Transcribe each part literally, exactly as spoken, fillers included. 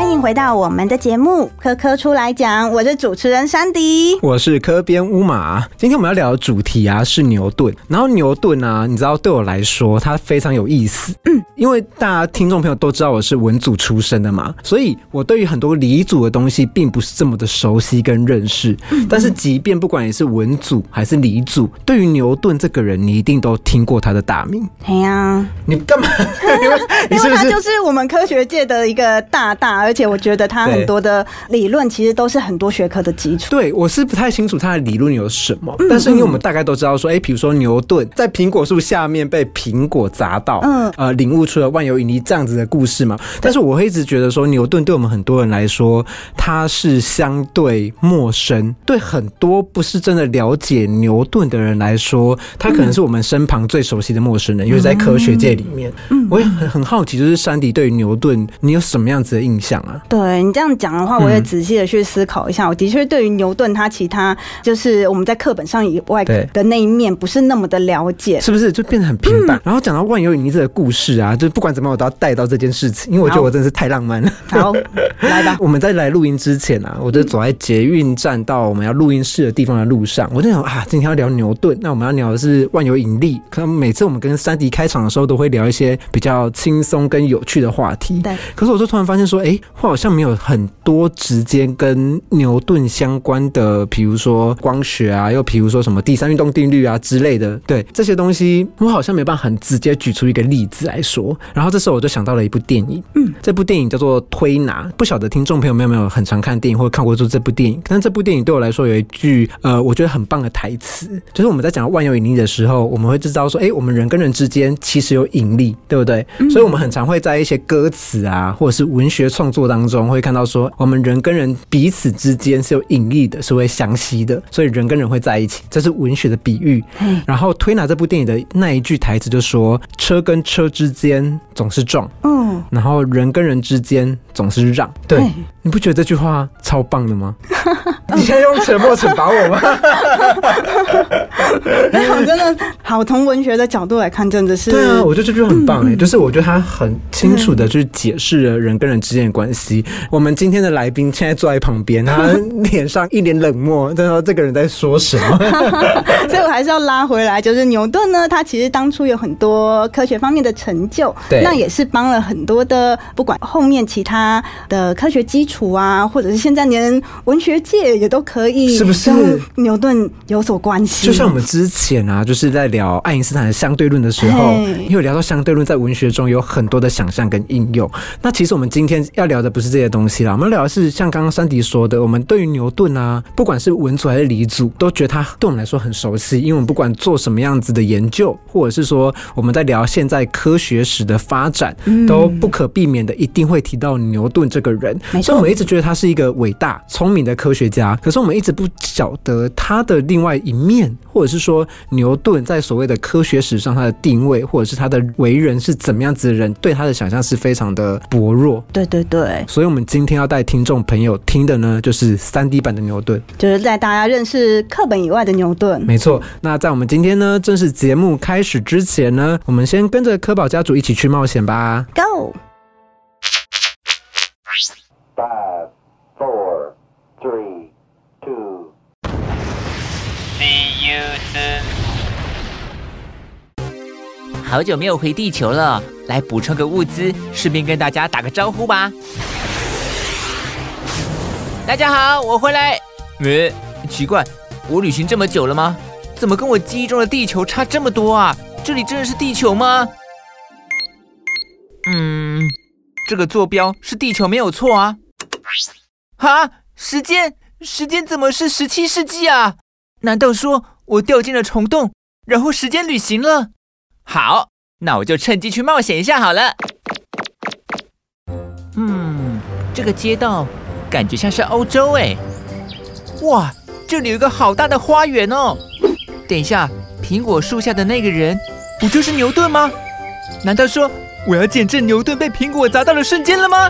欢迎回到我们的节目科科出来讲，我是主持人珊迪， 我是科编乌马。今天我们要聊的主题啊是牛顿，然后牛顿啊，你知道对我来说它非常有意思，嗯，因为大家听众朋友都知道我是文组出身的嘛，所以我对于很多理组的东西并不是这么的熟悉跟认识，嗯嗯，但是即便不管你是文组还是理组，对于牛顿这个人你一定都听过他的大名。 嘿啊， 你干嘛？ 因为他就是我们科学界的一个大大，而且我觉得他很多的理论其实都是很多学科的基础。 对，我是不太清楚他的理论有什么，嗯，但是因为我们大概都知道说，哎，比如说牛顿在苹果树下面被苹果砸到，嗯，呃，领悟出了万有引力这样子的故事嘛。但是我会一直觉得说，牛顿对我们很多人来说，他是相对陌生，对很多不是真的了解牛顿的人来说，他可能是我们身旁最熟悉的陌生人，因为在科学界里面，嗯，我也很很好奇，就是珊迪对于牛顿，你有什么样子的印象啊？ 对你这样讲的话，我也仔细的去思考一下。嗯，我的确对于牛顿他其他就是我们在课本上以外的那一面不是那么的了解， 是不是就变得很平淡？嗯，然后讲到万有引力这个故事啊，就不管怎么样我都要带到这件事情，因为我觉得我真的是太浪漫了。 好，来吧。 我们在来录音之前啊，我就走在捷运站到我们要录音室的地方的路上，我就想啊，今天要聊牛顿，那我们要聊的是万有引力。可能每次我们跟珊迪开场的时候，都会聊一些比较轻松跟有趣的话题。对。可是我就突然发现说，哎，欸，我好像没有很多直接跟牛顿相关的，比如说光学啊，又比如说什么第三运动定律啊之类的，对这些东西，我好像没办法很直接举出一个例子来说。然后这时候我就想到了一部电影，嗯，这部电影叫做《推拿》，不晓得听众朋友们有没有很常看电影或者看过这部电影？但这部电影对我来说有一句呃，我觉得很棒的台词，就是我们在讲万有引力的时候，我们会知道说，哎，我们人跟人之间其实有引力，对不对？嗯，所以我们很常会在一些歌词啊，或者是文学创作当中会看到说，我们人跟人彼此之间是有引力的，是会相吸的，所以人跟人会在一起，这是文学的比喻。然后推拿这部电影的那一句台词就说，车跟车之间总是撞，嗯，然后人跟人之间总是让。对，你不觉得这句话超棒的吗？你现在用沉默惩罚我吗？ 哎，我真的好，从文学的角度来看，真的是。 对啊，我觉得这句话很棒哎，嗯，就是我觉得他很清楚的去解释了人跟人之间的关系。我们今天的来宾现在坐在旁边，他脸上一脸冷漠，他说这个人在说什么？ 所以我还是要拉回来，就是牛顿呢，他其实当初有很多科学方面的成就，对，那也是帮了很多的，不管后面其他的科学基础啊，或者是现在连文学界也都可以，是不是跟牛顿有所关系？ 就像我们之前啊，就是在聊爱因斯坦的相对论的时候，也有聊到相对论在文学中有很多的想象跟应用。那其实我们今天要聊的不是这些东西啦，我们要聊的是像刚刚珊迪说的，我们对于牛顿啊，不管是文组还是理组，都觉得他对我们来说很熟悉，因为我们不管做什么样子的研究，或者是说我们在聊现在科学史的发展，嗯，都不可避免的一定会提到牛顿这个人。所以我们一直觉得他是一个伟大聪明的科学家，可是我们一直不晓得他的另外一面，或者是说牛顿在所谓的科学史上他的定位，或者是他的为人是怎么样子的人，对他的想象是非常的薄弱。 对对对， 所以我们今天要带听众朋友听的呢，就是 三 D 版的牛顿， 就是带大家认识课本以外的牛顿。 没错。那在我们今天呢正式节目开始之前呢，我们先跟着科宝家族一起去冒险吧。 Go five four three two See you soon。 好久没有回地球了，来补充个物资，顺便跟大家打个招呼吧。大家好，我回来。呃，奇怪，我旅行这么久了吗？怎么跟我记忆中的地球差这么多啊？这里真的是地球吗？嗯，这个坐标是地球没有错啊。哈，时间，时间怎么是十七世纪啊？难道说我掉进了虫洞，然后时间旅行了？好，那我就趁机去冒险一下好了。嗯，这个街道感觉像是欧洲哎。哇，这里有一个好大的花园哦。等一下，苹果树下的那个人，不就是牛顿吗？难道说我要见证牛顿被苹果砸到的瞬间了吗？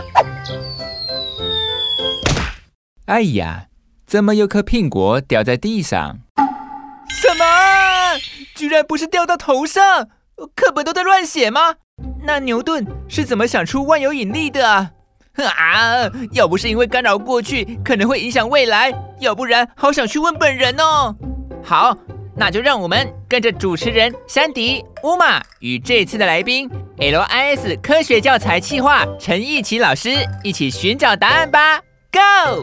哎呀，怎么有颗苹果掉在地上？什么？居然不是掉到头上？课本都在乱写吗？那牛顿是怎么想出万有引力的啊？ 啊，要不是因为干扰过去可能会影响未来，要不然好想去问本人哦。好，那就让我们跟着主持人珊迪、乌玛与这次的来宾 L I S 科学教材企划陈奕奇老师一起寻找答案吧 ，Go！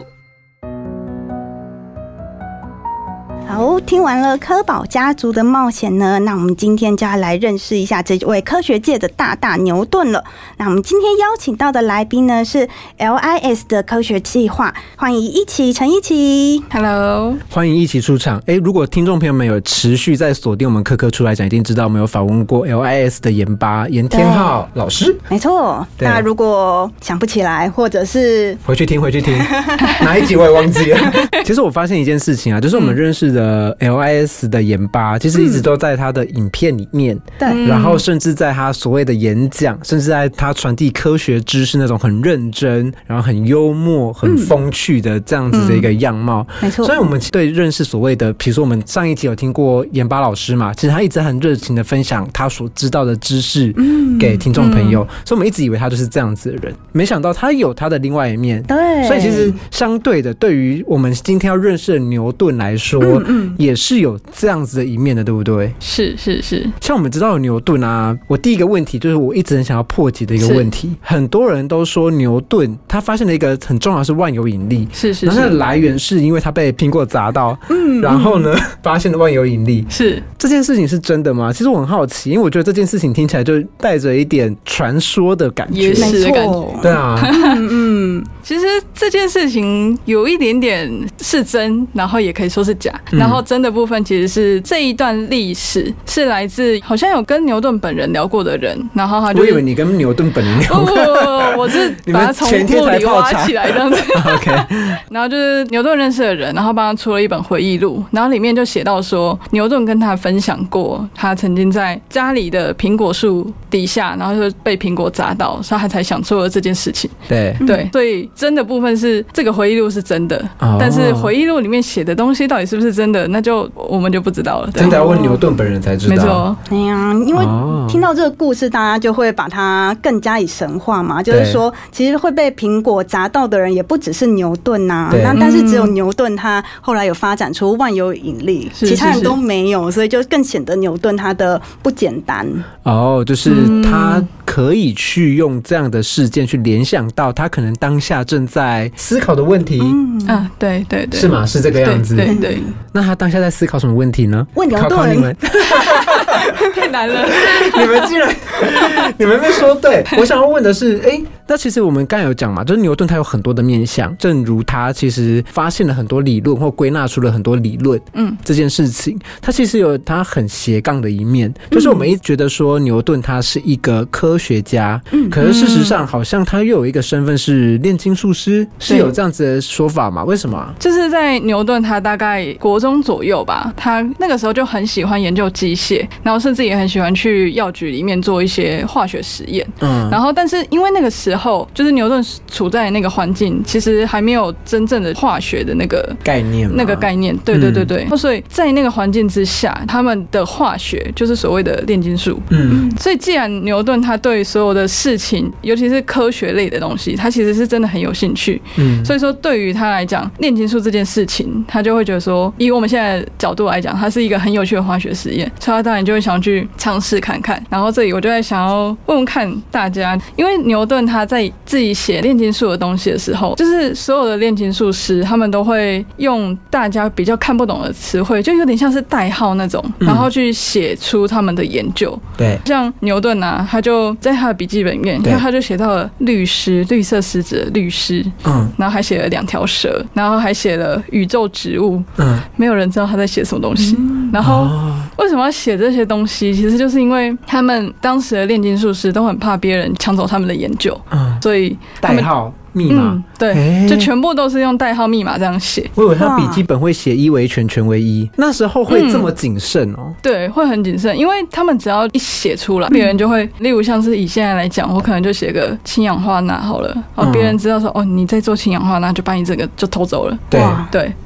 好，听完了科宝家族的冒险呢，那我们今天就要来认识一下这位科学界的大大牛顿了。那我们今天邀请到的来宾呢是 L I S 的科学计划，欢迎一起陈一起 ，Hello， 欢迎一起出场。哎，如果听众朋友们有持续在锁定我们科科出来讲，一定知道我们有访问过 L I S 的严巴严天浩老师。 没错，那如果想不起来，或者是回去听回去听哪一集我也忘记了。其实我发现一件事情啊，就是我们认识的 L I S 的严巴，其实一直都在他的影片里面，对、嗯，然后甚至在他所谓的演讲，甚至在他传递科学知识那种很认真，然后很幽默、很风趣的这样子的一个样貌， 没错、嗯。 所以我们对认识所谓的，比如说我们上一集有听过严巴老师嘛，其实他一直很热情的分享他所知道的知识给听众朋友、嗯嗯，所以我们一直以为他就是这样子的人，没想到他有他的另外一面。 对， 所以其实相对的，对于我们今天要认识的牛顿来说，嗯嗯，也是有这样子的一面的，对不对？ 是是是。 像我们知道的牛顿啊，我第一个问题就是我一直很想要破解的一个问题。很多人都说牛顿他发现了一个很重要的是万有引力， 是是是。 然后它的来源是因为他被苹果砸到，嗯，然后呢、嗯、发现了万有引力。 是这件事情是真的吗？其实我很好奇，因为我觉得这件事情听起来就带着一点传说的感觉， 野史的感觉。 对啊， 嗯，其实这件事情有一点点是真，然后也可以说是假。嗯、然后真的部分其实是这一段历史是来自好像有跟牛顿本人聊过的人，然后他就、 我以为你跟牛顿本人聊过， 不不不，我是把他从墓里挖起来这样子。 OK， 然后就是牛顿认识的人，然后帮他出了一本回忆录，然后里面就写到说，牛顿跟他分享过，他曾经在家里的苹果树底下，然后就被苹果砸到，所以他才想出了这件事情。 对对，所以真的部分是这个回忆录是真的，哦、但是回忆录里面写的东西到底是不是真的，那就我们就不知道了。 真的要问牛顿本人才知道。 没错， 哎呀，因为听到这个故事，大家就会把它更加以神化嘛，就是说，其实会被苹果砸到的人也不只是牛顿呐、啊，那但是只有牛顿他后来有发展出万有引力， 是是是， 其他人都没有，所以就更显得牛顿他的不简单。 哦，就是他可以去用这样的事件去联想到他可能当下正在思考的问题。 嗯啊，对对对， 是吗？是这个样子。 对 对, 对。 那他当下在思考什么问题呢？ 问牛顿。 考考你们。 太难了， 你们竟然，你们没说对。我想要问的是，哎、欸，那其实我们刚才有讲嘛，就是牛顿他有很多的面向，正如他其实发现了很多理论或归纳出了很多理论，嗯，这件事情，他其实有他很斜杠的一面，就是我们一直觉得说牛顿他是一个科学家，嗯，可是事实上好像他又有一个身份是炼金术师，是有这样子的说法吗？为什么？ 就是在牛顿他大概国中左右吧，他那个时候就很喜欢研究机械，然后甚至也很喜欢去药局里面做一些化学实验，嗯，然后但是因为那个时候就是牛顿处在那个环境，其实还没有真正的化学的那个概念， 那个概念，对对对对，嗯、所以在那个环境之下，他们的化学就是所谓的炼金术，嗯，所以既然牛顿他对所有的事情，尤其是科学类的东西，他其实是真的很有兴趣，嗯，所以说对于他来讲，炼金术这件事情，他就会觉得说，以我们现在的角度来讲，它是一个很有趣的化学实验，所以他当然就会想去尝试看看。然后这里我就在想要问问看大家，因为牛顿他在自己写炼金术的东西的时候，就是所有的炼金术师他们都会用大家比较看不懂的词汇，就有点像是代号那种，然后去写出他们的研究。 对， 像牛顿啊，他就在他的笔记本里面，他就写到了律师，绿色狮子的律师，嗯，然后还写了两条蛇，然后还写了宇宙植物，嗯，没有人知道他在写什么东西。嗯、然后为什么要写这些东西？其实就是因为他们当时的炼金术师都很怕别人抢走他们的研究，嗯，所以代号。密码、嗯、 对、欸，就全部都是用代号密码这样写。 我以为他笔记本会写一为全，全为一，那时候会这么谨慎哦、喔。 对，会很谨慎，因为他们只要一写出来，别人就会，例如像是以现在来讲，我可能就写个氢氧化钠好了，然后别人知道说，哦，你在做氢氧化钠，就把你这个就偷走了。 对对。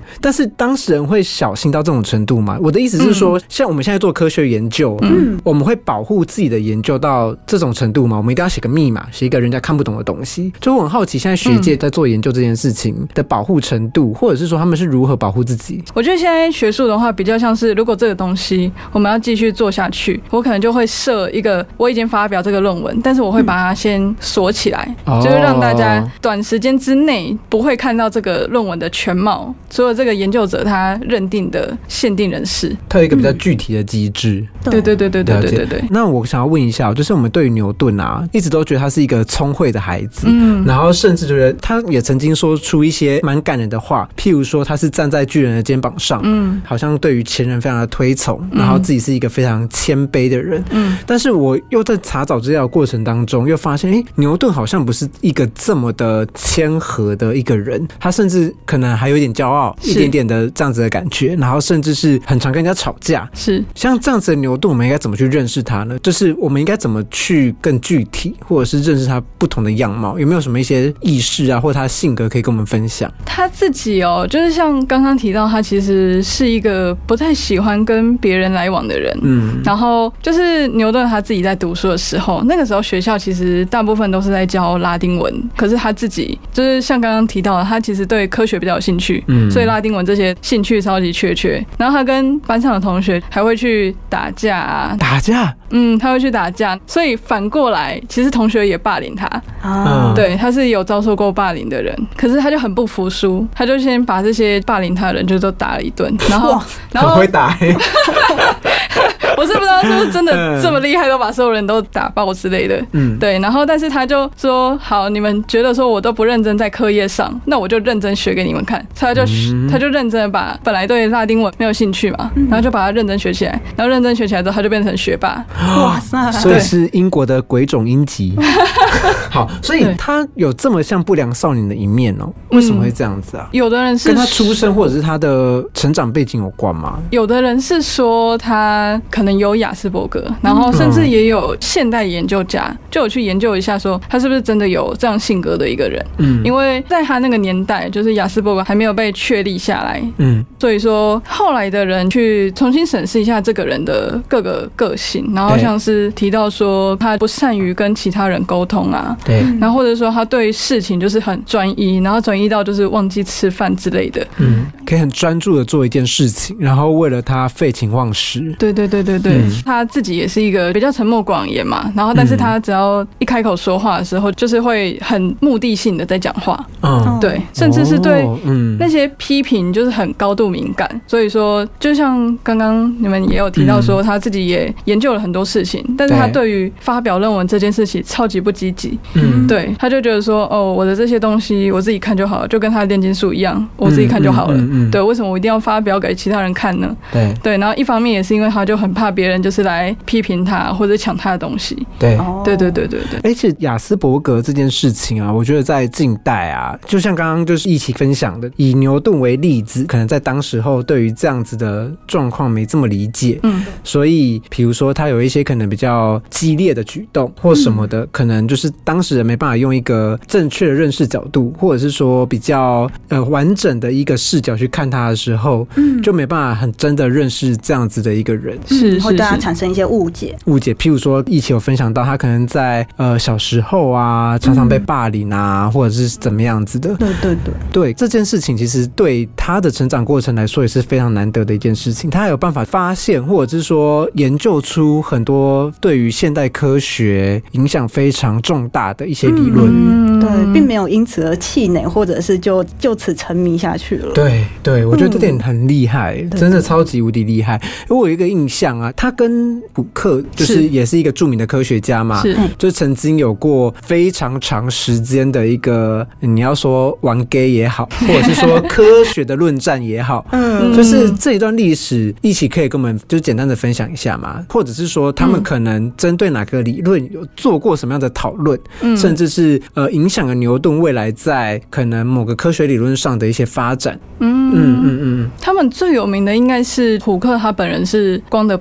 但是当事人会小心到这种程度吗？我的意思是说、嗯、像我们现在做科学研究，嗯，我们会保护自己的研究到这种程度吗？我们一定要写个密码，写一个人家看不懂的东西。就我很好奇现在学界在做研究这件事情的保护程度、嗯、或者是说他们是如何保护自己。 我觉得现在学术的话比较像是，如果这个东西我们要继续做下去，我可能就会设一个，我已经发表这个论文，但是我会把它先锁起来、嗯、就是让大家短时间之内不会看到这个论文的全貌，所有这个研究者他认定的限定人士， 它有一个比较具体的机制、 嗯、对对对对对对对对。 那我想要问一下，就是我们对于牛顿啊一直都觉得他是一个聪慧的孩子，嗯，然后甚至觉得他也曾经说出一些蛮感人的话，譬如说他是站在巨人的肩膀上，嗯，好像对于前人非常的推崇，然后自己是一个非常谦卑的人，嗯，但是我又在查找资料的过程当中又发现，哎，牛顿好像不是一个这么的谦和的一个人，他甚至可能还有一点骄傲，一点点的这样子的感觉，然后甚至是很常跟人家吵架， 是像这样子的牛顿，我们应该怎么去认识他呢？就是我们应该怎么去更具体，或者是认识他不同的样貌？有没有什么一些意识啊，或者他的性格可以跟我们分享？ 他自己哦，就是像刚刚提到，他其实是一个不太喜欢跟别人来往的人，嗯，然后就是牛顿他自己在读书的时候，那个时候学校其实大部分都是在教拉丁文，可是他自己就是像刚刚提到的，他其实对科学比较有兴趣，嗯，所以拉丁文这些兴趣超级缺缺。然后他跟班上的同学还会去打架啊， 打架， 嗯，他会去打架，所以反过来，其实同学也霸凌他啊，对，他是有遭受过霸凌的人，可是他就很不服输，他就先把这些霸凌他的人就都打了一顿，然后，然后很会打、欸。 我是不知道是不是真的这么厉害，都把所有人都打爆之类的。嗯，对。然后，但是他就说：“好，你们觉得说我都不认真在课业上，那我就认真学给你们看。”他就、嗯、他就认真的把本来对拉丁文没有兴趣嘛，然后就把它认真学起来。然后认真学起来之后，他就变成学霸。 哇塞！ 所以是英国的鬼冢英吉。好，所以他有这么像不良少年的一面哦、喔。为什么会这样子啊？ 嗯、有的人是跟他出生或者是他的成长背景有关吗？ 有的人是说他可能有亚斯伯格，然后甚至也有现代研究家就有去研究一下，说他是不是真的有这样性格的一个人。嗯，因为在他那个年代，就是亚斯伯格还没有被确立下来。嗯，所以说后来的人去重新审视一下这个人的各个个性，然后像是提到说他不善于跟其他人沟通啊，对，然后或者说他对事情就是很专一，然后专一到就是忘记吃饭之类的。 嗯，可以很专注的做一件事情，然后为了他废寝忘食。 对对对对对。嗯，他自己也是一个比较沉默寡言嘛，然后但是他只要一开口说话的时候，就是会很目的性的在讲话，嗯，对，甚至是对那些批评就是很高度敏感，所以说就像刚刚你们也有提到说，他自己也研究了很多事情，但是他对于发表论文这件事情超级不积极，嗯，对，他就觉得说，哦，我的这些东西我自己看就好了，就跟他的炼金术一样，我自己看就好了，嗯嗯嗯、对，为什么我一定要发表给其他人看呢？对对，然后一方面也是因为他就很怕别人就是来批评他或者抢他的东西。对对对对对对。 而且亚斯伯格这件事情啊，我觉得在近代啊，就像刚刚就是一起分享的，以牛顿为例子，可能在当时候对于这样子的状况没这么理解，嗯，所以比如说他有一些可能比较激烈的举动或什么的，嗯、可能就是当时人没办法用一个正确的认识角度，或者是说比较呃完整的一个视角去看他的时候，嗯，就没办法很真的认识这样子的一个人， 是是。会对他产生一些误解， 误解。譬如说，一起有分享到他可能在呃小时候啊，常常被霸凌啊，嗯、或者是怎么样子的。 对对对， 对这件事情，其实对他的成长过程来说也是非常难得的一件事情。他还有办法发现，或者是说研究出很多对于现代科学影响非常重大的一些理论。 嗯，对，并没有因此而气馁，或者是就就此沉迷下去了。 对对，我觉得这点很厉害，嗯、真的超级无敌厉害。因为我有一个印象啊，他跟普克就是也是一个著名的科学家嘛，是就曾经有过非常长时间的一个你要说玩 gay 也好，或者是说科学的论战也好，嗯，就是这一段历史一起可以跟我们就简单的分享一下嘛，或者是说他们可能针对哪个理论有做过什么样的讨论，嗯，甚至是呃影响了牛顿未来在可能某个科学理论上的一些发展。嗯嗯嗯嗯，他们最有名的应该是普克，他本人是光的波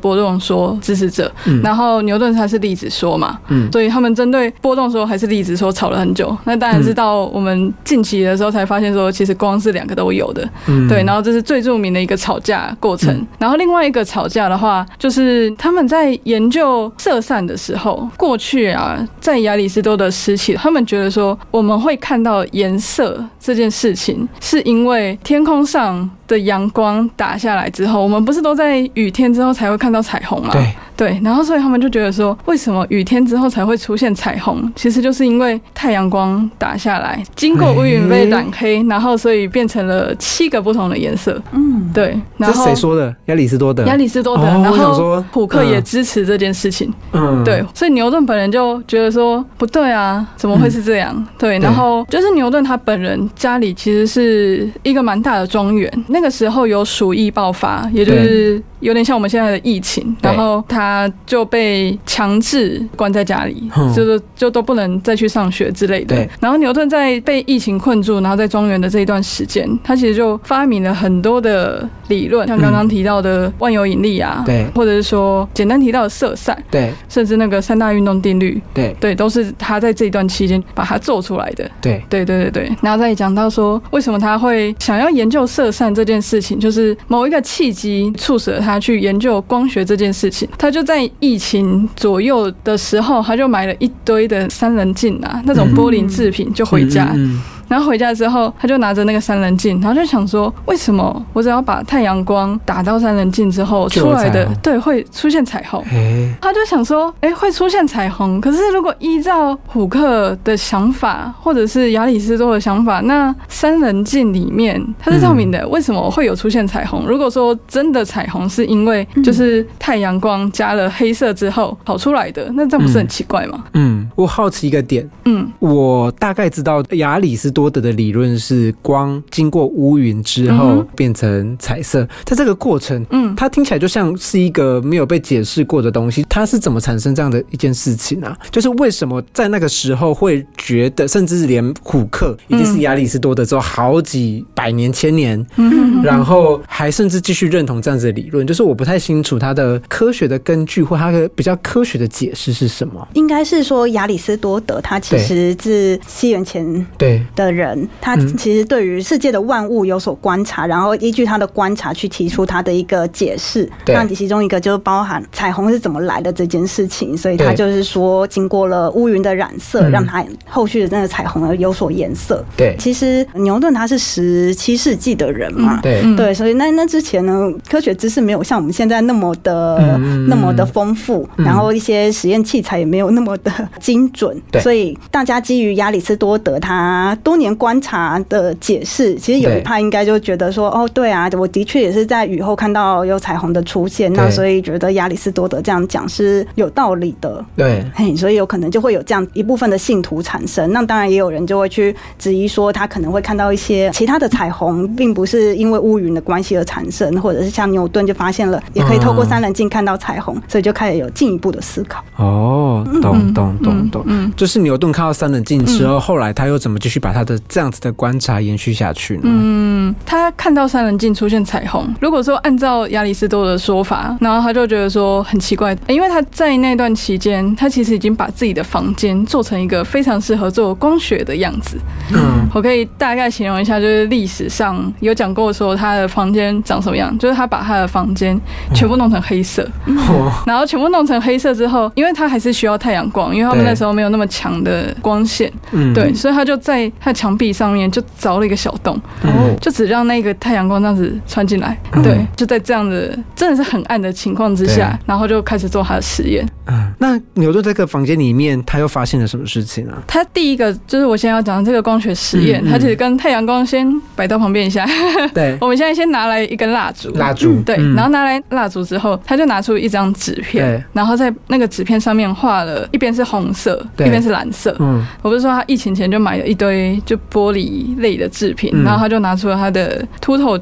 波动说支持者，嗯、然后牛顿他是粒子说嘛，嗯、所以他们针对波动说还是粒子说吵了很久。那当然是到我们近期的时候才发现说，其实光是两个都有的，嗯、对。然后这是最著名的一个吵架过程。嗯、然后另外一个吵架的话，就是他们在研究色散的时候，过去啊，在亚里士多德时期，他们觉得说我们会看到颜色这件事情，是因为天空上的阳光打下来之后，我们不是都在雨天之后才会看到彩虹吗？ 对对，然后所以他们就觉得说，为什么雨天之后才会出现彩虹？其实就是因为太阳光打下来，经过乌云被染黑，然后所以变成了七个不同的颜色。嗯，对。然后这是谁说的？亚里士多德。 亚里士多德。 哦、 然后普克也支持这件事情。嗯，对。所以牛顿本人就觉得说，不对啊，怎么会是这样？嗯、对。然后就是牛顿他本人家里其实是一个蛮大的庄园，那个时候有鼠疫爆发，也就是有点像我们现在的疫情，然后他就被强制关在家里，就是就都不能再去上学之类的。然后牛顿在被疫情困住，然后在庄园的这一段时间，他其实就发明了很多的理论，像刚刚提到的万有引力啊，对，或者是说简单提到的色散，对，甚至那个三大运动定律，对对，都是他在这一段期间把它做出来的。对对对对对。然后再讲到说，为什么他会想要研究色散这件事情，就是某一个契机促使了他去研究光学这件事情。他就在疫情左右的时候，他就买了一堆的三棱镜啊，那种玻璃制品，就回家。嗯嗯嗯然后回家之后，他就拿着那个三棱镜，然后就想说，为什么我只要把太阳光打到三棱镜之后出来的，对，会出现彩虹？他就想说，哎，会出现彩虹。可是如果依照虎克的想法，或者是亚里士多的想法，那三棱镜里面它是透明的，嗯、为什么会有出现彩虹？如果说真的彩虹是因为就是太阳光加了黑色之后跑出来的，那这不是很奇怪吗？ 嗯，我好奇一个点，嗯，我大概知道亚里士多德的理论是光经过乌云之后变成彩色，在这个过程，嗯，它听起来就像是一个没有被解释过的东西。它是怎么产生这样的一件事情啊？就是为什么在那个时候会觉得，甚至连虎克已经是亚里士多德之后好几百年、千年，嗯，然后还甚至继续认同这样子的理论，就是我不太清楚它的科学的根据或它的比较科学的解释是什么。 应该是说亚里士多德他其实是西元前对的人，他其实对于世界的万物有所观察，然后依据他的观察去提出他的一个解释。那其中一个就包含彩虹是怎么来的这件事情，所以他就是说，经过了乌云的染色，让它后续的那个彩虹有所颜色。对，其实牛顿他是十七世纪的人嘛，对对，所以那那之前呢，科学知识没有像我们现在那么的、嗯、那么的丰富，嗯、然后一些实验器材也没有那么的精准，所以大家基于亚里士多德他多年观察的解释，其实有一派应该就觉得说，哦，对啊，我的确也是在雨后看到有彩虹的出现，那所以觉得亚里士多德这样讲是有道理的。对，嘿，所以有可能就会有这样一部分的信徒产生。那当然也有人就会去质疑说，他可能会看到一些其他的彩虹，并不是因为乌云的关系而产生，或者是像牛顿就发现了也可以透过三棱镜看到彩虹，所以就开始有进一步的思考。 哦，懂懂懂懂，嗯，就是牛顿看到三棱镜之后，嗯、后来他又怎么继续把他的这样子的观察延续下去呢？ 嗯，他看到三棱镜出现彩虹，如果说按照亚里士多德的说法，然后他就觉得说很奇怪，因为他在那段期间，他其实已经把自己的房间做成一个非常适合做光学的样子。嗯，我可以大概形容一下，就是历史上有讲过说他的房间长什么样，就是他把他的房间全部弄成黑色，嗯、然后全部弄成黑色之后，因为他还是需要太阳光，因为他们那时候没有那么强的光线，对，所以他就在他的墙壁上面就凿了一个小洞，嗯、就只让那个太阳光这样子穿进来，嗯、对，就在这样的真的是很暗的情况之下，然后就开始做他的实验。 嗯，那牛顿这个房间里面，他又发现了什么事情啊？ 他第一个就是我现在要讲的这个光学实验，嗯嗯、他其实跟太阳光先摆到旁边一下。对，我们现在先拿来一根蜡烛， 蜡烛， 对，嗯、然后拿来蜡烛之后，他就拿出一张纸片，然后在那个纸片上面画了一边是红色，一边是蓝色。嗯，我不是说他疫情前就买了一堆就玻璃类的制品，嗯、然后他就拿出了他的凸透镜，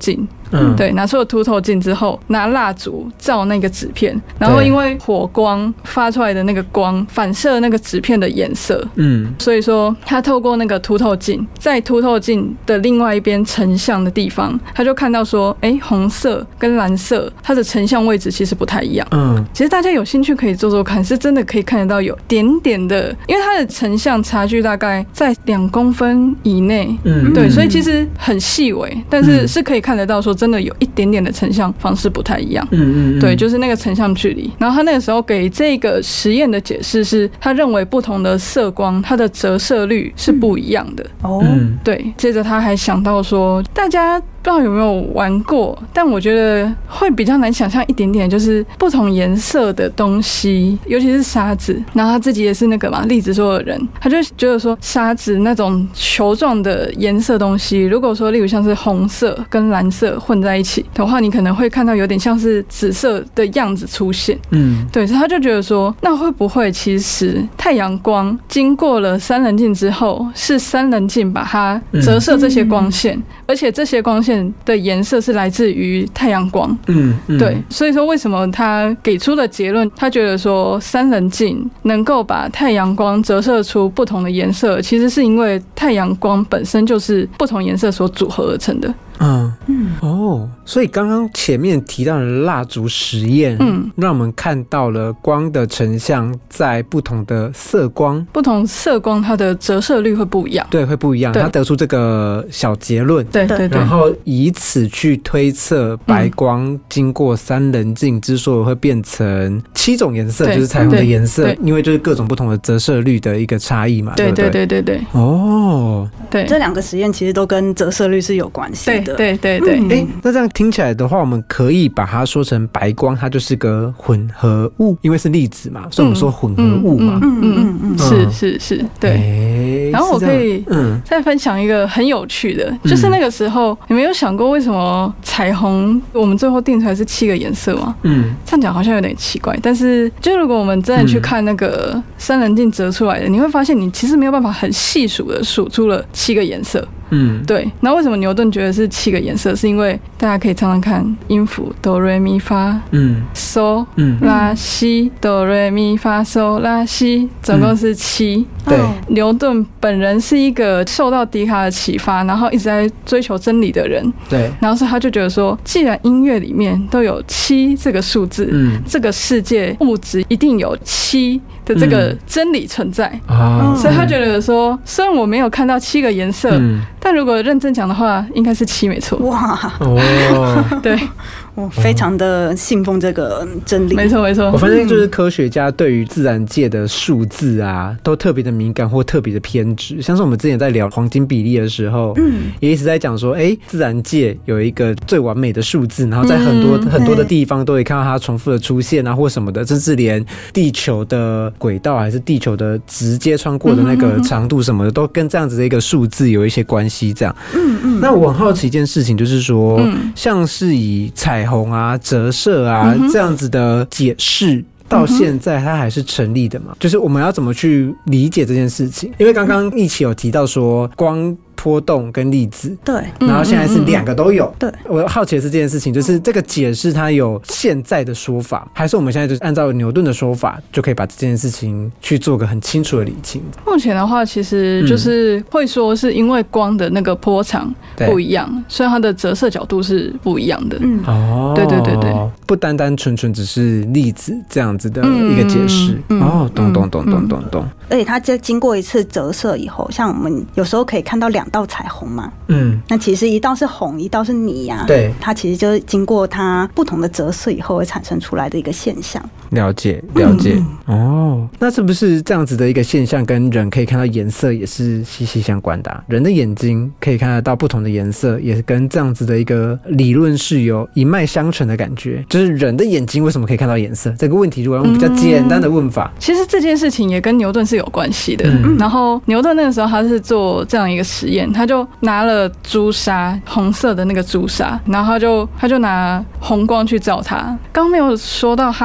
嗯，对，拿出了凸透镜之后，拿蜡烛照那个纸片，然后因为火光发出来的那个光反射那个纸片的颜色，嗯，所以说他透过那个凸透镜，在凸透镜的另外一边成像的地方，他就看到说，哎、欸，红色跟蓝色它的成像位置其实不太一样。嗯，其实大家有兴趣可以做做看，是真的可以看得到有点点的，因为它的成像差距大概在两公分以内。嗯，对，所以其实很细微，但是是可以看得到说真的有一点点的成像方式不太一样。嗯嗯，对，就是那个成像距离。然后他那个时候给这个实验的解释是，他认为不同的色光它的折射率是不一样的。哦、嗯，对。接着他还想到说，大家不知道有没有玩过，但我觉得会比较难想象一点点，就是不同颜色的东西，尤其是沙子。然后他自己也是那个嘛粒子说的人，他就觉得说沙子那种球状的颜色东西，如果说例如像是红色跟蓝色混在一起的话，你可能会看到有点像是紫色的样子出现。嗯，对，所以他就觉得说，那会不会其实太阳光经过了三棱镜之后，是三棱镜把它折射这些光线，嗯、而且这些光线的颜色是来自于太阳光。嗯，嗯对，所以说为什么他给出的结论，他觉得说三棱镜能够把太阳光折射出不同的颜色，其实是因为太阳光本身就是不同颜色所组合而成的。 嗯嗯哦，所以刚刚前面提到的蜡烛实验，嗯，让我们看到了光的成像在不同的色光， 不同色光它的折射率会不一样， 对，会不一样。他得出这个小结论， 对对对， 然后以此去推测白光经过三棱镜之所以会变成七种颜色，就是彩虹的颜色，因为就是各种不同的折射率的一个差异嘛， 对对对对对对。 哦，对，这两个实验其实都跟折射率是有关系的。 对对对， 哎、欸，那这样听起来的话，我们可以把它说成白光，它就是个混合物，因为是粒子嘛，所以我们说混合物嘛。 嗯嗯嗯嗯，是是是，对。欸、然后我可以再分享一个很有趣的，嗯、就是那个时候你们有想过为什么彩虹我们最后定出来是七个颜色吗？嗯，这样讲好像有点奇怪，但是就如果我们真的去看那个三棱镜折出来的，你会发现你其实没有办法很细数的数出了七个颜色。嗯，对。那为什么牛顿觉得是七个颜色？是因为大家可以常常看音符哆瑞咪发，嗯，嗦，嗯，拉西，哆瑞咪发嗦拉西，总共是七。 对， 牛顿本人是一个受到笛卡尔启发，然后一直在追求真理的人。 对， 然后所以他就觉得说，既然音乐里面都有七这个数字，嗯，这个世界物质一定有七的这个真理存在。啊、嗯，所以他觉得说，虽然我没有看到七个颜色，嗯，但如果认真讲的话，应该是七没错。 哇， 哦， 对。 我非常的信奉这个真理， 没错没错。 我发现就是科学家对于自然界的数字啊，都特别的敏感或特别的偏执。像是我们之前在聊黄金比例的时候，嗯，也一直在讲说，哎、欸，自然界有一个最完美的数字，然后在很多、嗯、很多的地方都可以看到它重复的出现啊，或什么的，甚至连地球的轨道还是地球的直接穿过的那个长度什么的，都跟这样子的一个数字有一些关系。这样，嗯嗯。那我很好奇一件事情，就是说，嗯、像是以彩虹啊、折射啊、嗯、这样子的解释，到现在它还是成立的嘛？就是我们要怎么去理解这件事情？因为刚刚一起有提到说光波动跟粒子， 对， 然后现在是两个都有。 对， 我好奇的是这件事情，就是这个解释它有现在的说法，还是我们现在就是按照牛顿的说法，就可以把这件事情去做个很清楚的理清？ 目前的话，其实就是会说是因为光的那个波长不一样，所以它的折射角度是不一样的。嗯，哦，对对对对， 不单单纯纯只是粒子这样子的一个解释。嗯嗯、哦，懂懂懂懂懂懂。 而且它在经过一次折射以后，像我们有时候可以看到两道彩虹嘛，嗯，那其实一道是红，一道是泥啊， 对， 它其实就是经过它不同的折射以后会产生出来的一个现象。 了解了解、嗯、哦，那是不是这样子的一个现象跟人可以看到颜色也是息息相关的、啊？人的眼睛可以看得到不同的颜色，也跟这样子的一个理论是有一脉相承的感觉。就是人的眼睛为什么可以看到颜色这个问题，如果用比较简单的问法、嗯， 其实这件事情也跟牛顿是有关系的。嗯、然后牛顿那个时候他是做这样一个实验，他就拿了朱砂，红色的那个朱砂，然后他就他就拿红光去照它。刚没有说到他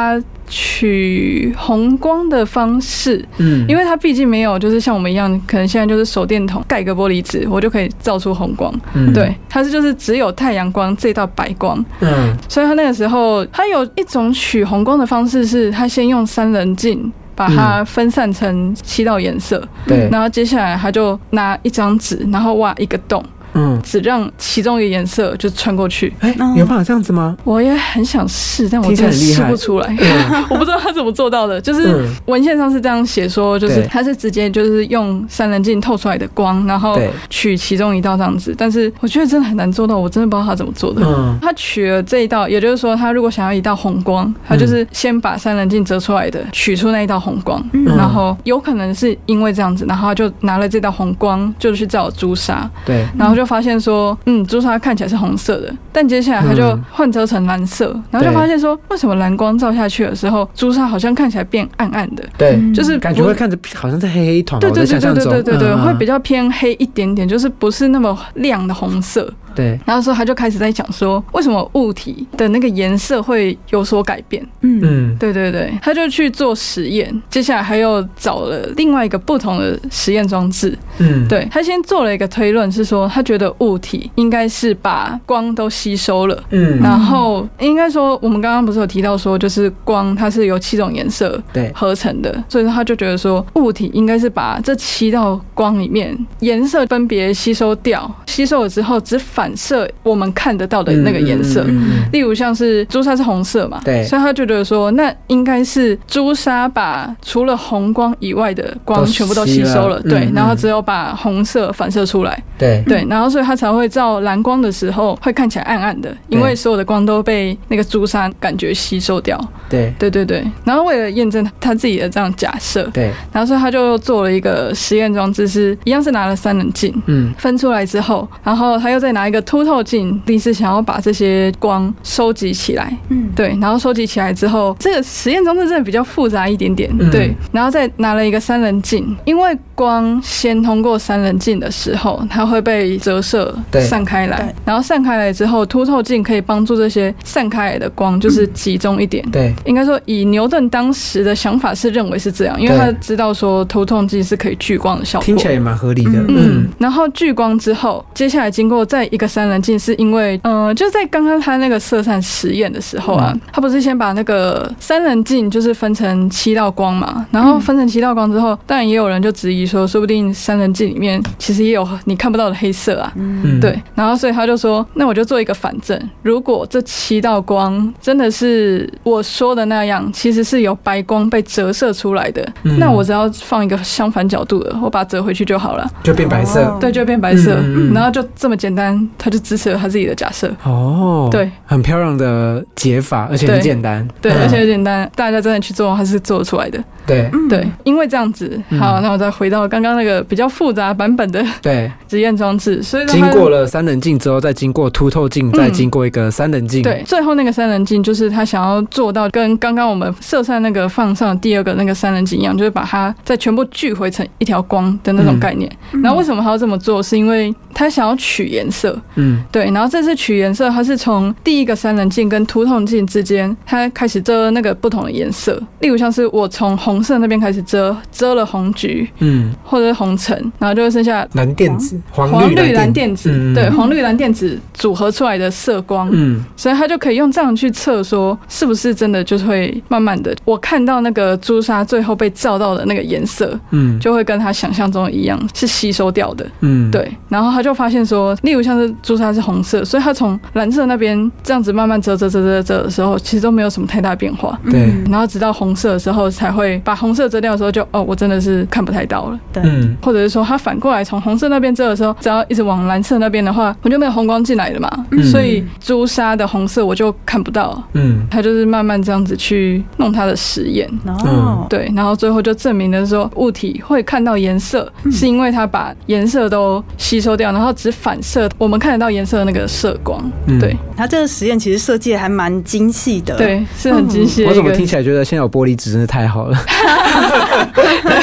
取红光的方式，嗯，因为它毕竟没有就是像我们一样，可能现在就是手电筒盖个玻璃纸，我就可以照出红光，嗯，对，它是就是只有太阳光这道白光，嗯，所以他那个时候他有一种取红光的方式是，他先用三棱镜把它分散成七道颜色，对，然后接下来他就拿一张纸，然后挖一个洞。嗯，只让其中一个颜色就穿过去。 哎、欸，有办法这样子吗？ 我也很想试，但我真的试不出来。嗯、我不知道他怎么做到的。就是文献上是这样写说，就是他是直接就是用三棱镜透出来的光，然后取其中一道这样子。但是我觉得真的很难做到，我真的不知道他怎么做的。嗯、他取了这一道，也就是说，他如果想要一道红光，他就是先把三棱镜折出来的取出那一道红光，嗯、然后有可能是因为这样子，然后他就拿了这道红光就去照朱砂，对，然后就发现说，嗯，朱砂看起来是红色的，但接下来他就换折成蓝色，嗯、然后就发现说，为什么蓝光照下去的时候，朱砂好像看起来变暗暗的？对，就是感觉会看着好像是黑黑一团。 对对对对对对对对，嗯、会比较偏黑一点点，就是不是那么亮的红色。对，然后说他就开始在讲说，为什么物体的那个颜色会有所改变？嗯，对对对，他就去做实验，接下来还又找了另外一个不同的实验装置。嗯，对，他先做了一个推论，是说他觉得物体应该是把光都吸收了。嗯，然后应该说我们刚刚不是有提到说，就是光它是由七种颜色合成的，所以他就觉得说，物体应该是把这七道光里面颜色分别吸收掉，吸收了之后只反反射我们看得到的那个颜色，嗯嗯嗯、例如像是朱砂是红色嘛，对，所以他觉得说，那应该是朱砂把除了红光以外的光全部都吸收了，对，嗯嗯、然后只有把红色反射出来，对对，然后所以他才会照蓝光的时候会看起来暗暗的，因为所有的光都被那个朱砂感觉吸收掉，对对对对，然后为了验证他自己的这样假设，对，然后所以他就做了一个实验装置，是一样是拿了三棱镜，嗯，分出来之后，然后他又再拿一个凸透镜，第一次想要把这些光收集起来，嗯，对，然后收集起来之后，这个实验装置真的比较复杂一点点，嗯、对，然后再拿了一个三棱镜，因为光先通过三棱镜的时候，它会被折射散开来，然后散开来之后，凸透镜可以帮助这些散开来的光就是集中一点，对，应该说以牛顿当时的想法是认为是这样，因为他知道说凸透镜是可以聚光的效果， 听起来也蛮合理的， 嗯，嗯然后聚光之后，接下来经过再一个三棱镜，是因为，嗯、呃，就在刚刚他那个色散实验的时候啊，嗯、他不是先把那个三棱镜就是分成七道光嘛，然后分成七道光之后，当然也有人就质疑说，说不定三棱镜里面其实也有你看不到的黑色啊，嗯，对，然后所以他就说，那我就做一个反证，如果这七道光真的是我说的那样，其实是有白光被折射出来的，嗯、那我只要放一个相反角度的，我把它折回去就好了， 就变白色， 对，就变白色，嗯、然后就这么简单，他就支持了他自己的假设。 哦，对，很漂亮的解法，而且很简单， 对，对而且很简单，大家真的去做，还是做得出来的。对对，因为这样子，好，那我再回到刚刚那个比较复杂版本的对实验装置，所以经过了三棱镜之后，再经过凸透镜，再经过一个三棱镜， 对，最后那个三棱镜就是他想要做到跟刚刚我们色散那个放上第二个那个三棱镜一样，就是把它再全部聚回成一条光的那种概念。嗯、然后为什么他要这么做？是因为他想要取颜色，嗯，对，然后这次取颜色，他是从第一个三棱镜跟凸透镜之间，他开始遮那个不同的颜色，例如像是我从红色那边开始遮，遮了红橘，嗯，或者是红橙，然后就会剩下蓝靛紫、 黄绿蓝靛紫，嗯、对，黄绿蓝靛紫组合出来的色光，嗯，所以他就可以用这样去测说，是不是真的就是会慢慢的，我看到那个朱砂最后被照到的那个颜色，嗯，就会跟他想象中的一样，是吸收掉的，嗯，对，然后他就发现说，例如像是朱砂是红色，所以他从蓝色那边这样子慢慢遮遮遮遮遮的时候，其实都没有什么太大变化，对，嗯、然后直到红色的时候才会把红色遮掉的时候就，哦，我真的是看不太到了，对，嗯，或者是说他反过来从红色那边遮的时候，只要一直往蓝色那边的话，我就没有红光进来了嘛，嗯、所以朱砂的红色我就看不到，嗯，他就是慢慢这样子去弄他的实验，哦，对，然后最后就证明了说，物体会看到颜色，嗯、是因为它把颜色都吸收掉，然后只反射我们看得到颜色的那个色光，嗯、对， 他这个实验其实设计还蛮精细的， 对，是很精细的、嗯。 我怎么听起来觉得现在有玻璃纸真的太好了？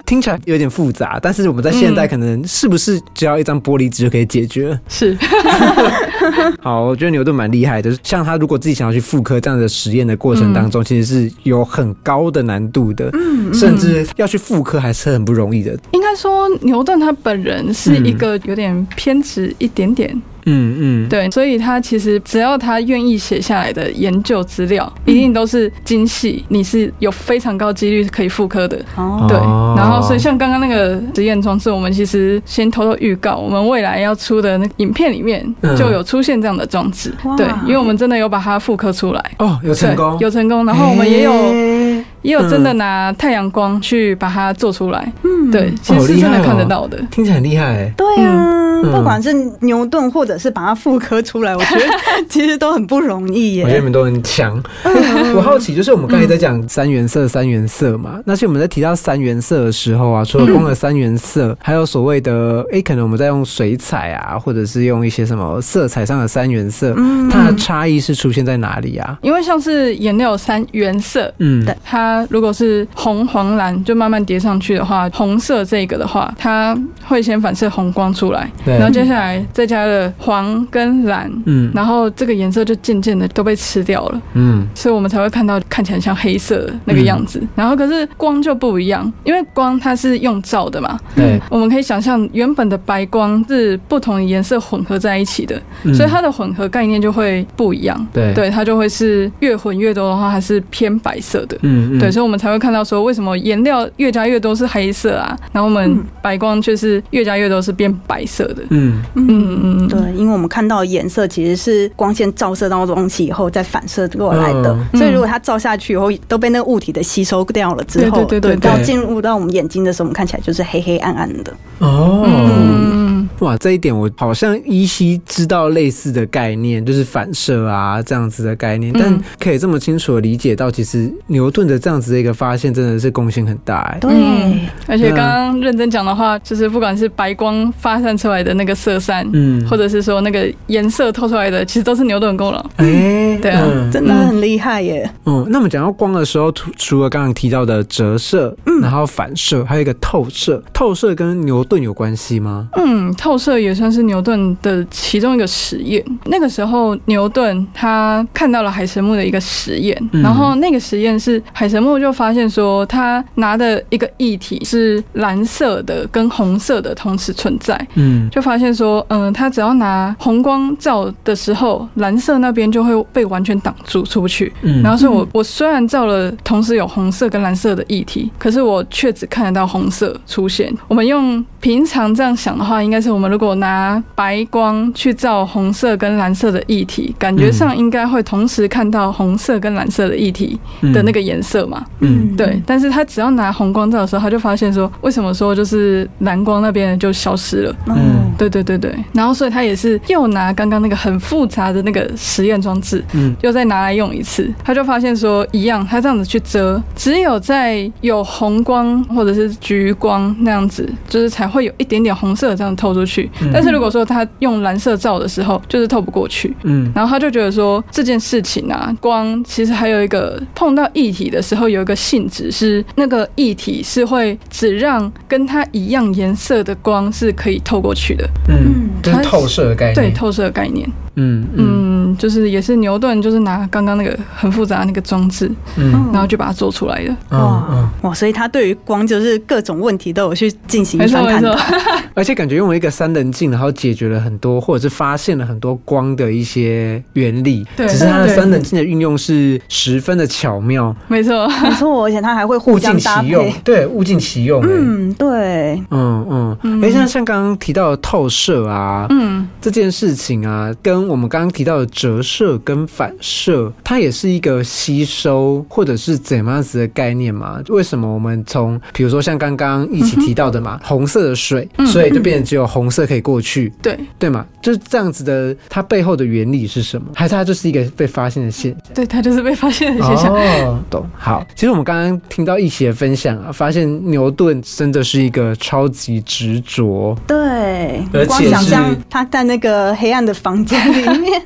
听起来有点复杂，但是我们在现代可能是不是只要一张玻璃纸就可以解决了？ 是。 好，我觉得牛顿蛮厉害的，像他如果自己想要去复刻这样的实验的过程当中，嗯、其实是有很高的难度的，嗯、甚至要去复刻还是很不容易的。 应该说，牛顿他本人是一个有点偏执一点点。嗯嗯，对，所以他其实只要他愿意写下来的研究资料，一定都是精细，你是有非常高几率可以复刻的。哦，对，然后所以像刚刚那个实验装置，我们其实先偷偷预告，我们未来要出的那个影片里面就有出现这样的装置。嗯、对，因为我们真的有把它复刻出来。 哦，有成功， 有成功，然后我们也有。欸也有真的拿太阳光去把它做出来，嗯，对，其实是真的看得到的， 哦哦、听起来很厉害、欸。 对啊，嗯、不管是牛顿或者是把它复刻出来，我觉得其实都很不容易耶。 我觉得你们都很强。嗯、我好奇，就是我们刚才在讲三原色、三原色嘛，那些我们在提到三原色的时候啊，除了光的三原色，嗯、还有所谓的，哎、欸，可能我们在用水彩啊，或者是用一些什么色彩上的三原色，嗯、它的差异是出现在哪里啊？ 因为像是颜料三原色，嗯，它它如果是红、黄、蓝，就慢慢叠上去的话，红色这个的话，它会先反射红光出来，然后接下来再加了黄跟蓝，嗯，然后这个颜色就渐渐的都被吃掉了，嗯，所以我们才会看到看起来像黑色的那个样子。嗯、然后可是光就不一样，因为光它是用照的嘛，对，我们可以想象原本的白光是不同的颜色混合在一起的，嗯、所以它的混合概念就会不一样，对，对，它就会是越混越多的话，它是偏白色的，嗯。对，所以我们才会看到说，为什么颜料越加越多是黑色啊，然后我们白光却是越加越多是变白色的。嗯嗯嗯，对，因为我们看到的颜色其实是光线照射到东西以后再反射过来的，嗯、所以如果它照下去以后都被那个物体的吸收掉了之后，对对对对，到进入到我们眼睛的时候，我们看起来就是黑黑暗暗的。哦。嗯哇，这一点我好像依稀知道类似的概念，就是反射啊这样子的概念，但可以这么清楚的理解到，其实牛顿的这样子的一个发现真的是贡献很大哎。 对， 嗯、而且刚刚认真讲的话，就是不管是白光发散出来的那个色散，嗯，或者是说那个颜色透出来的，其实都是牛顿功劳。哎、欸， 对啊，嗯、真的很厉害耶。 嗯，那么讲到光的时候，除了刚刚提到的折射，嗯、然后反射，还有一个透射。透射跟牛顿有关系吗？ 嗯，透射也算是牛顿的其中一个实验。那个时候，牛顿他看到了海神木的一个实验，嗯、然后那个实验是海神木就发现说，他拿的一个液体是蓝色的跟红色的同时存在。嗯，就发现说，嗯、呃，他只要拿红光照的时候，蓝色那边就会被完全挡住，出不去。嗯，然后所以我我虽然照了同时有红色跟蓝色的液体，可是我却只看得到红色出现。我们用平常这样想的话，应该是我们如果拿白光去照红色跟蓝色的液体，感觉上应该会同时看到红色跟蓝色的液体的那个颜色嘛。嗯，对。但是他只要拿红光照的时候，他就发现说，为什么说就是蓝光那边就消失了？嗯，对对对对。然后所以他也是又拿刚刚那个很复杂的那个实验装置，嗯，又再拿来用一次，他就发现说一样，他这样子去遮，只有在有红光或者是橘光那样子，就是才会有一点点红色这样透出去。嗯、但是如果说他用蓝色照的时候，就是透不过去。嗯，然后他就觉得说这件事情啊，光其实还有一个碰到液体的时候有一个性质是，那个液体是会只让跟它一样颜色的光是可以透过去的。 嗯，这是透射的概念。 对，透射的概念。嗯嗯，就是也是牛顿就是拿刚刚那个很复杂的那个装置，嗯，然后就把它做出来的。 哇哇，所以他对于光就是各种问题都有去进行翻探讨， 而且感觉用了一个三棱镜，然后解决了很多或者是发现了很多光的一些原理。对，只是它的三棱镜的运用是十分的巧妙。 没错没错，而且它还会互相搭配， 对，物尽其用。 嗯，对， 嗯嗯，哎，像像刚刚提到的透射啊，嗯，这件事情啊，跟我们刚刚提到的折射跟反射，它也是一个吸收或者是怎么样子的概念嘛？为什么我们从比如说像刚刚一起提到的嘛，嗯、红色的水，所以就变成只有红色可以过去， 对对嘛？就是这样子的，它背后的原理是什么？还是它就是一个被发现的现象？ 对，它就是被发现的现象。 哦，懂。好，其实我们刚刚听到一起的分享啊，发现牛顿真的是一个超级执着， 对， 而且光想象他在那个黑暗的房间里面， 所以我们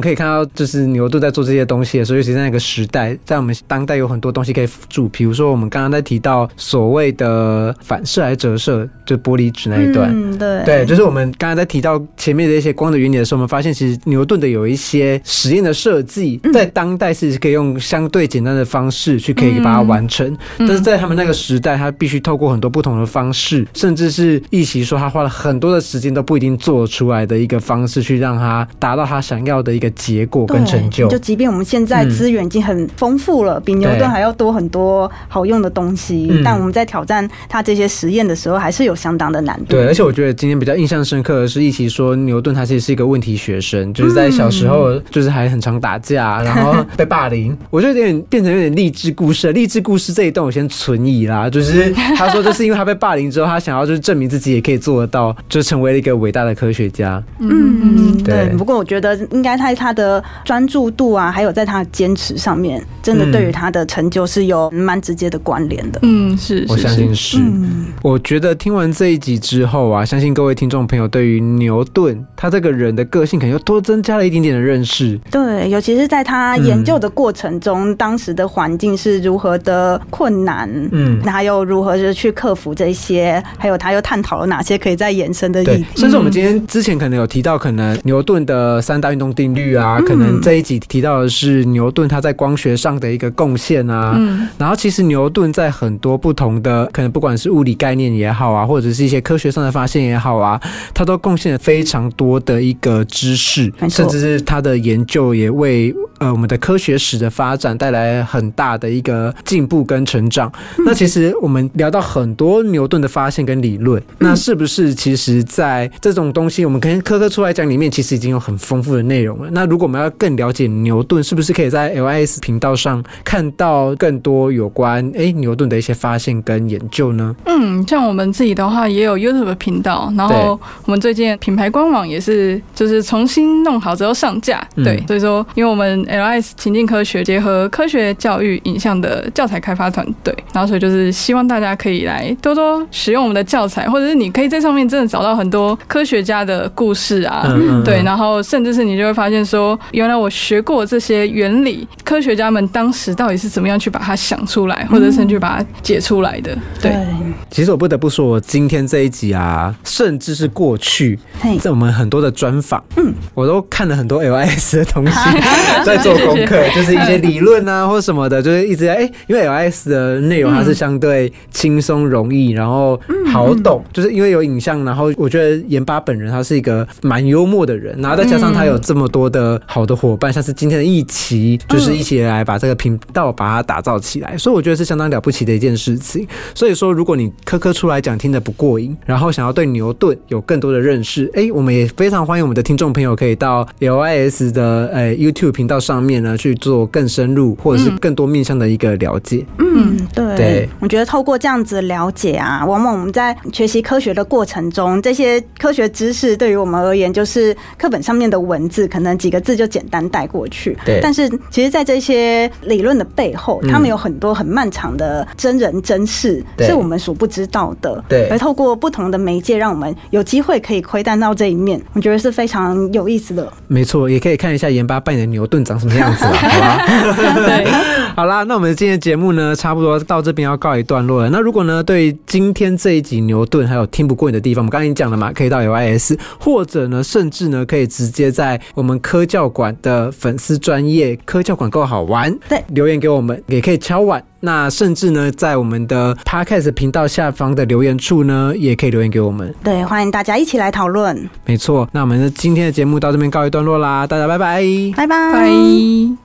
可以看到，就是牛顿在做这些东西的时候，尤其在那个时代，在我们当代有很多东西可以辅助，比如说我们刚刚在提到所谓的反射还是折射，就玻璃纸那一段， 嗯，对， 对，就是我们刚才在提到前面的一些光的原理的时候，我们发现其实牛顿的有一些实验的设计，在当代是可以用相对简单的方式去可以把它完成，嗯、但是在他们那个时代，他必须透过很多不同的方式，甚至是一起说他花了很多的时间都不一定做出来的一个方式，去让他达到他想要的一个结果跟成就。 就即便我们现在资源已经很丰富了，嗯、比牛顿还要多很多好用的东西，嗯、但我们在挑战他这些实验的时候，还是有相当的难度。 对，而且我觉得今天比较印象深刻的是，一起说牛顿他其实是一个问题学生，就是在小时候就是还很常打架，嗯、然后被霸凌。我觉得有点变成有点励志故事，励志故事这一段我先存疑啦。就是他说，就是因为他被霸凌之后，他想要就是证明自己也可以做得到，就成为了一个伟大的科学家。 嗯，对。不过我觉得应该在他的专注度啊，还有在他的坚持上面，真的对于他的成就是有蛮直接的关联的。 嗯，是， 我相信是。嗯、我觉得听完这一集之后啊，相信各位听众朋友对于牛顿他这个人的个性，可能又多增加了一点点的认识。 对，尤其是在他研究的过程中，嗯、当时的环境是如何的困难，嗯，还有如何去克服这些，还有他又探讨了哪些可以再延伸的议题。 甚至我们今天之前可能有提到，可能牛顿的三大运动定律啊，嗯、可能这一集提到的是牛顿他在光学上的一个贡献啊。嗯、然后其实牛顿在很多不同的，可能不管是物理概念也好啊，或者是一些科学上的发现也好啊，他都贡献了非常多的一个知识，甚至是他的研究也为呃我们的科学史的发展带来很大的一个进步跟成长。嗯、那其实我们聊到很多牛顿的发现跟理论，嗯、那是不是其实在这种东西我们可以科科出来讲里面，其实已经有很丰富的内容了。那如果我们要更了解牛顿，是不是可以在 L I S 频道上看到更多有关哎牛顿的一些发现跟研究呢？ 嗯，像我们自己的话也有 YouTube 频道，然后我们最近品牌官网也是就是重新弄好之后上架。嗯、对，所以说因为我们 L I S 情境科学结合科学教育影像的教材开发团队，然后所以就是希望大家可以来多多使用我们的教材，或者是你可以在上面真的找到很多科学家的故事啊。嗯嗯对，然后甚至是你就会发现说，原来我学过这些原理，科学家们当时到底是怎么样去把它想出来，或者是去把它解出来的。对， 其实我不得不说，我今天这一集啊，甚至是过去在我们很多的专访，嗯，我都看了很多 L I S 的东西，在做功课，就是一些理论啊或什么的，就是一直在哎、欸，因为 L I S 的内容它是相对轻松容易，然后好懂，就是因为有影像，然后我觉得盐巴本人他是一个蛮幽默的人，然后再加上他有这么多的好的伙伴，像是今天的一起，就是一起来把这个频道把它打造起来，所以我觉得是相当了不起的一件事情。所以说，如果你科科出来讲听得不过瘾，然后想要对牛顿有更多的认识，哎，我们也非常欢迎我们的听众朋友可以到 L I S 的呃 YouTube 频道上面呢去做更深入或者是更多面向的一个了解。 嗯，对，对，我觉得透过这样子的了解啊，往往我们在学习科学的过程中，这些科学知识对于我们而言就是课本上面的文字，可能几个字就简单带过去。对，但是其实在这些理论的背后，他们有很多很漫长的真人真事，是我们所不知道的。对，而透过不同的媒介，让我们有机会可以窥探到这一面，我觉得是非常有意思的。 没错，也可以看一下盐巴扮演的牛顿长什么样子啦，好吧？对，好啦，那我们今天的节目呢，差不多到这边要告一段落了。那如果呢，对今天这一集牛顿还有听不过瘾的地方，我们刚才已经讲了嘛，可以到 L I S， 或者呢，甚至呢，可以直接在我们科教馆的粉丝专页科教馆够好玩，对，留言给我们，也可以敲碗。那甚至呢，在我们的 Podcast 频道下方的留言处呢，也可以留言给我们。对，欢迎大家一起来讨论。没错，那我们今天的节目到这边告一段落啦，大家拜拜，拜拜。